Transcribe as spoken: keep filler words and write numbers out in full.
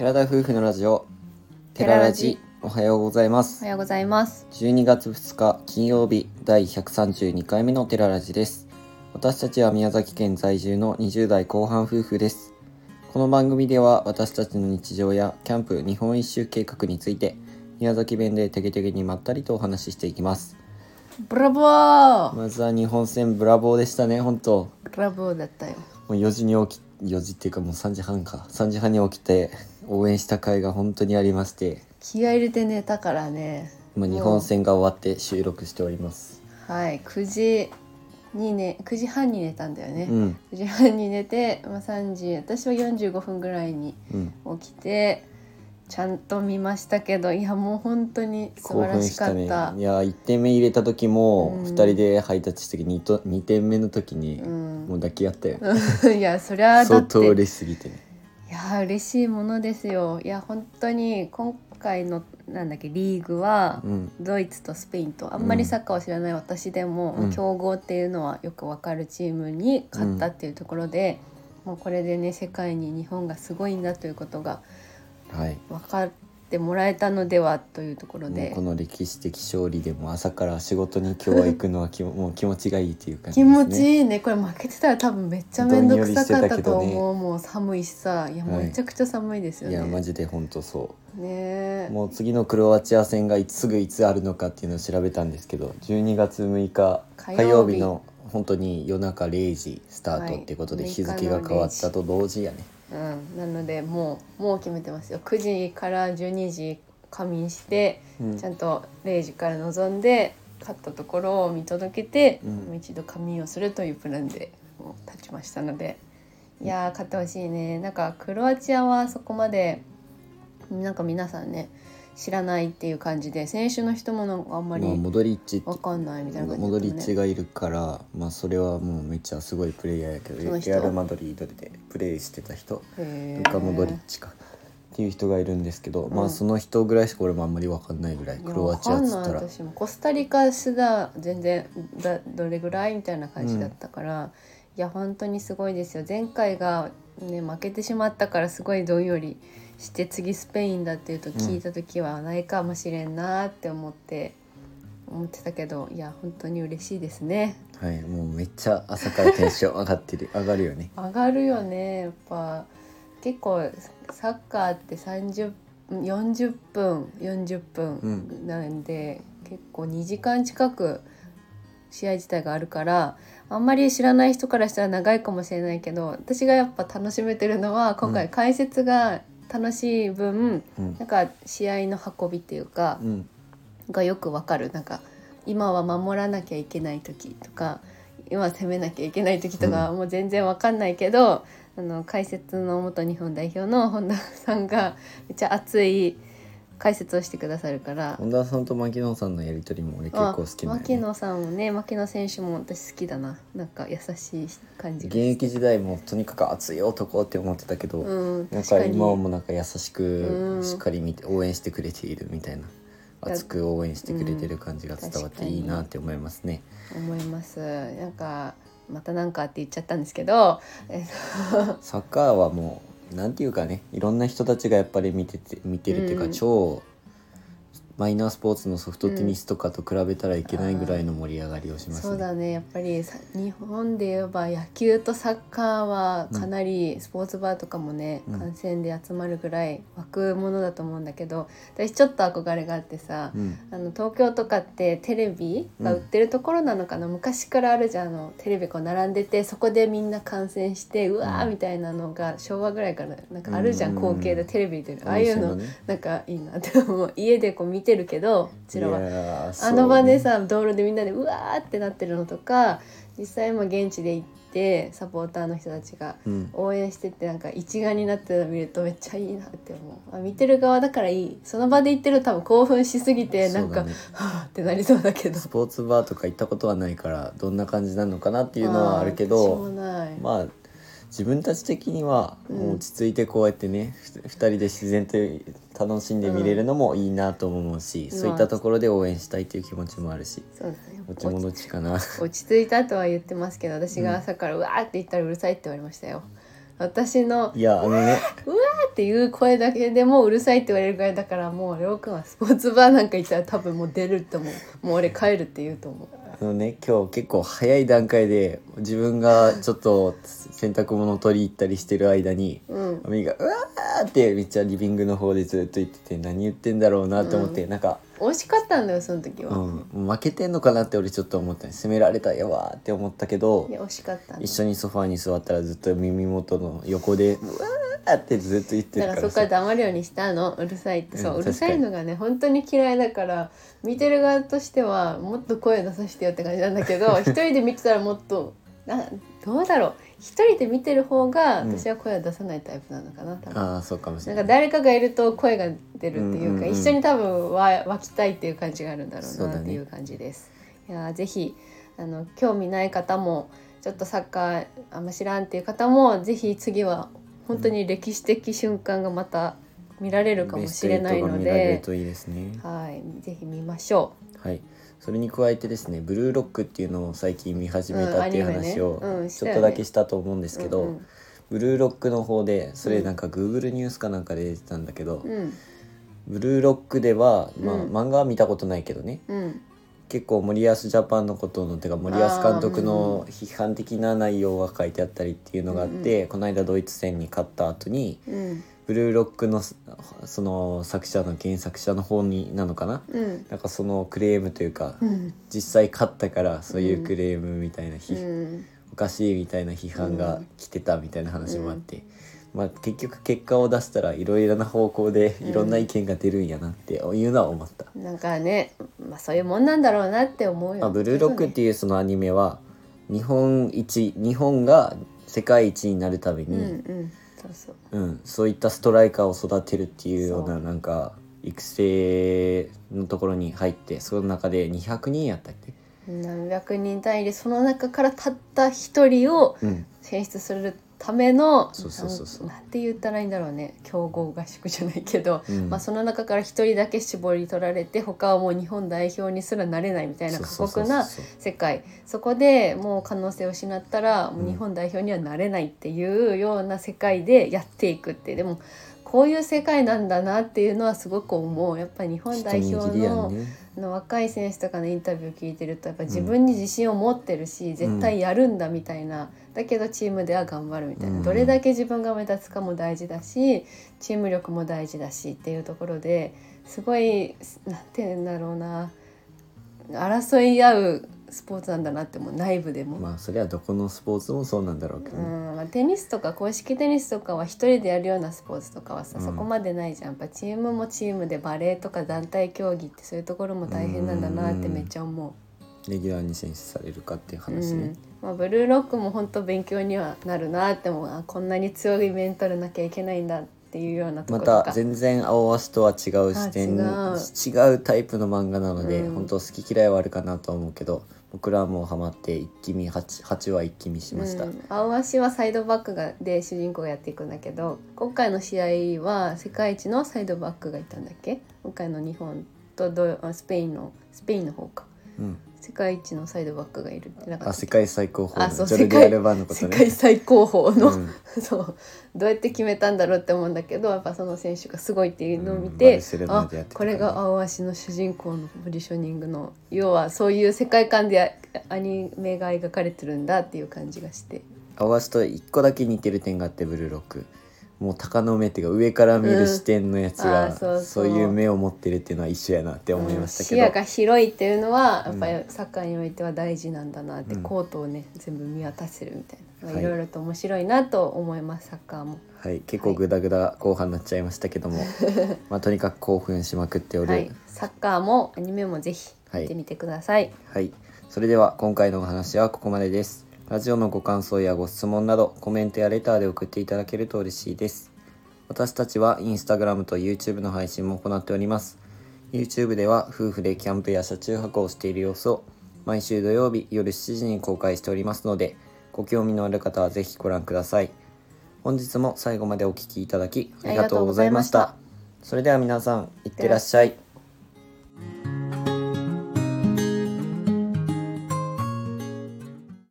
寺田夫婦のラジオテララジ。 おはようございます。 おはようございます。 じゅうにがつふつか金曜日だいひゃくさんじゅうにかいめのテララジです。私たちは宮崎県在住のにじゅうだいこう半夫婦です。この番組では私たちの日常やキャンプ、日本一周計画について宮崎弁でてげてげにまったりとお話ししていきます。 ブラボー。 まずは日本戦ブラボーでしたね。本当ブラボーだったよ。 もうよじに起きよじっていうかもうさんじはんかさんじはんに起きて応援した回が本当にありまして、 気合い入れて寝たからね。 今日本戦が終わって収録しております。 はいくじにねくじはんに寝たんだよね、 うん、 くじはんに寝て、まあ、さんじ私はよんじゅうごふんぐらいに起きて、うん、ちゃんと見ましたけど、いやもう本当に素晴らしかった。 興奮したね。いやいってんめ入れた時も、うん、ふたりでハイタッチして 2, とにてんめの時に、うん、もう抱き合ったよいやそりゃだって相当嬉しすぎてね。 いや嬉しいものですよ。いや本当に今回のなんだっけリーグは、うん、ドイツとスペインとあんまりサッカーを知らない私でも、うん、強豪っていうのはよく分かるチームに勝ったっていうところで、うん、もうこれでね世界に日本がすごいんだということが分かってもらえたのではというところで、 この歴史的勝利でも朝から仕事に今日は行くのはもう気持ちがいいという感じですね。 気持ちいいね。これ負けてたら多分めっちゃ面倒くさかったと思う、ね、もう寒いしさ、いやもうめちゃくちゃ寒いですよね、 はい、いやマジで本当そうね。 もう次のクロアチア戦がいつすぐいつあるのかっていうのを調べたんですけど、じゅうにがつむいか火曜日の本当に夜中れいじスタートっていうことで、日付が変わったと同時やね、 はい、うん、なのでもうもう決めてますよ。くじからじゅうにじ仮眠して、うん、ちゃんとれいじから臨んで勝ったところを見届けて、うん、もう一度仮眠をするというプランでもう立ちましたので、いやー勝ってほしいね。なんかクロアチアはそこまでなんか皆さんね知らないっていう感じで、選手の人もなんかあんまりモドリッチわかんないみたいな感じだったね。 モドリッチがいるから、まあ、それはもうめっちゃすごいプレイヤーやけど、レアルマドリードでプレイしてた人ルカ・モドリッチかっていう人がいるんですけど、うん、まあその人ぐらいしか俺もあんまりわかんないぐらい。クロアチアっつったら私もコスタリカすら全然だどれぐらいみたいな感じだったから、うん、いや本当にすごいですよ。前回が、ね、負けてしまったからすごいどんよりして次スペインだっていうと聞いた時はないかもしれんなって思って、うん、思ってたけど、いや本当に嬉しいですね。 はい、もうめっちゃ朝からテンション上がってる上がるよね上がるよね。やっぱ結構サッカーってさんじゅう、よんじゅっぷんよんじゅっぷんなんで、うん、結構にじかん近く試合自体があるから、あんまり知らない人からしたら長いかもしれないけど、私がやっぱ楽しめてるのは今回解説が楽しい分、うん、なんか試合の運びっていうか、うん、がよくわかる。なんか今は守らなきゃいけない時とか今攻めなきゃいけない時とか、うん、もう全然わかんないけど、あの解説の元日本代表の本田さんがめっちゃ熱い解説をしてくださるから。 本田さんと牧野さんのやり取りも俺結構好きなんよね。 牧野さんもね、牧野選手も私好きだな。なんか優しい感じが。 現役時代もとにかく熱い男って思ってたけど、うん、なんか今もなんか優しくしっかり見て応援してくれているみたいな、熱く応援してくれてる感じが伝わっていいなって思いますね。 思います。なんかまたなんかって言っちゃったんですけどサッカーはもうなんていうかね、いろんな人たちがやっぱり見てて見てるっていうか、うん、超マイナースポーツのソフトテニスとかと比べたらいけないぐらいの盛り上がりをしますね。 そうだね。やっぱり日本で言えば野球とサッカーはかなりスポーツバーとかもね、うん、観戦で集まるぐらい湧くものだと思うんだけど、私ちょっと憧れがあってさ、うん、あの東京とかってテレビが売ってるところなのかな、うん、昔からあるじゃん。あのテレビこう並んでてそこでみんな観戦してうわーみたいなのが昭和ぐらいからなんかあるじゃん、光景でテレビで、ああいうのなんかいいなって思う。家でこう見てるけど、こちらはあの場でさ、道路でみんなでうわーってなってるのとか、実際も現地で行ってサポーターの人たちが応援してて、なんか一丸になってるのを見るとめっちゃいいなって思う。あ、見てる側だからいい。その場で行ってると多分興奮しすぎてなんか、ね、はぁってなりそうだけど、 スポーツバーとか行ったことはないからどんな感じなのかなっていうのはあるけど、まあ自分たち的にはもう落ち着いてこうやってね、うん、ふたりで自然と楽しんで見れるのもいいなと思うし、うん、そういったところで応援したいという気持ちもあるし、そうだね、どっちもどっちかな。 落ち着いたとは言ってますけど、私が朝からうわーって言ったらうるさいって言われましたよ。 私のいやあのねうわーっていう声だけでもうるさいって言われるぐらいだから、もうりょうくんはスポーツバーなんか行ったら多分もう出るって思う。もう俺帰るって言うと思う。 あのね今日結構早い段階で自分がちょっと洗濯物取り行ったりしてる間に、 うん、 アミがうわーってめっちゃリビングの方でずっと言ってて、何言ってんだろうなと思って、うん、なんか惜しかったんだよその時は、 うん、負けてんのかなって俺ちょっと思ったね。責められたやわーって思ったけど、 いや惜しかった、ね、 一緒にソファーに座ったらずっと耳元の横でうわーってずっと言ってるからさ、 だからそこから黙るようにしたの。うるさいって、そう、 うん、 うるさいのがね本当に嫌いだから、見てる側としてはもっと声出させてよって感じなんだけど一人で見てたらもっとな、どうだろう、一人で見てる方が私は声を出さないタイプなのかな、多分。 ああそうかもしれない。 なんか誰かがいると声が出るっていうか、うんうんうん、一緒に多分わ湧きたいっていう感じがあるんだろうなっていう感じです、ね、いやぜひあの興味ない方もちょっとサッカーあんま知らんっていう方もぜひ次は本当に歴史的瞬間がまた見られるかもしれないので、 ベストエイトが見られるといいですね。 はい、ぜひ見ましょう。はい。それに加えてですね、ブルーロックっていうのを最近見始めたっていう話をちょっとだけしたと思うんですけど、うんうん、ブルーロックの方でそれなんか Google ニュースかなんかで出てたんだけど、うん、ブルーロックでは、まあうん、漫画は見たことないけどね、うん、結構森保ジャパンのことのてか森保監督の批判的な内容が書いてあったりっていうのがあって、うん、この間ドイツ戦に勝った後に、うんブルーロックのその作者の原作者の方になのかな、うん、なんかそのクレームというか、うん、実際勝ったからそういうクレームみたいな、うん、おかしいみたいな批判が来てたみたいな話もあって、うんまあ、結局結果を出したらいろいろな方向でいろんな意見が出るんやなっていうのは思った、 うん、なんかね、まあ、そういうもんなんだろうなって思うよ、 まあ、ブルーロックっていうそのアニメは日本一日本が世界一になるために、うんうんそうそう、うん、そういったストライカーを育てるっていうようななんか育成のところに入って、その中でにひゃくにんやったっけ、 何百人単位でその中からたった一人を選出するための、 そうそうそうそう、 なんて言ったらいいんだろうね、強豪合宿じゃないけど、うんまあ、その中から一人だけ絞り取られて他はもう日本代表にすらなれないみたいな過酷な世界、そこでもう可能性を失ったらもう日本代表にはなれないっていうような世界でやっていくって、でもこういう世界なんだなっていうのはすごく思う。やっぱり日本代表 の,、ね、の若い選手とかのインタビュー聞いてるとやっぱ自分に自信を持ってるし、うん、絶対やるんだみたいな、だけどチームでは頑張るみたいな、うん、どれだけ自分が目立つかも大事だしチーム力も大事だしっていうところですごいなんて言うんだろうな、争い合うスポーツなんだなってもう内部でも、 まあそれはどこのスポーツもそうなんだろうけど、ねうんまあ、テニスとか公式テニスとかは一人でやるようなスポーツとかはさ、うん、そこまでないじゃん。やっぱチームもチームでバレーとか団体競技ってそういうところも大変なんだなってめっちゃ思う。レギュラーに選出されるかっていう話ね、 うんまあ、ブルーロックも本当勉強にはなるなって思う。あこんなに強いメンタルなきゃいけないんだっていうようなところまた全然青足とは違う視点、違う、違うタイプの漫画なので、うん、本当好き嫌いはあるかなと思うけど僕らはもうハマって一気見 8, 8話一気見しました、うん、 青足はサイドバックがで主人公がやっていくんだけど、今回の試合は世界一のサイドバックがいたんだっけ。今回の日本とドスペインのスペインの方か、うん、世界一のサイドバックがいるってなんかあ世界最高峰のジョルディアルバのことね、 世界最高峰の、うん、そうどうやって決めたんだろうって思うんだけど、やっぱその選手がすごいっていうのを見て、うん、あこれが青足の主人公のポジショニングの要はそういう世界観でアニメが描かれてるんだっていう感じがして、 青足と一個だけ似てる点があって、ブルーロックもう鷹の目っていうか上から見る視点のやつが、うん、そうそうそういう目を持ってるっていうのは一緒やなって思いましたけど、 うん、視野が広いっていうのはやっぱりサッカーにおいては大事なんだなって、うん、コートをね全部見渡せるみたいな、はい、いろいろと面白いなと思います。サッカーもはい結構グダグダ後半になっちゃいましたけども、はい、まあとにかく興奮しまくっておる、はい、 サッカーもアニメもぜひ見てみてください、 はい、はい、それでは今回のお話はここまでです。ラジオのご感想やご質問などコメントやレターで送っていただけると嬉しいです。私たちはインスタグラムと YouTube の配信も行っております。 YouTube では夫婦でキャンプや車中泊をしている様子を毎週土曜日夜しちじに公開しておりますので、ご興味のある方はぜひご覧ください。本日も最後までお聞きいただきありがとうございました。それでは皆さんいってらっしゃい。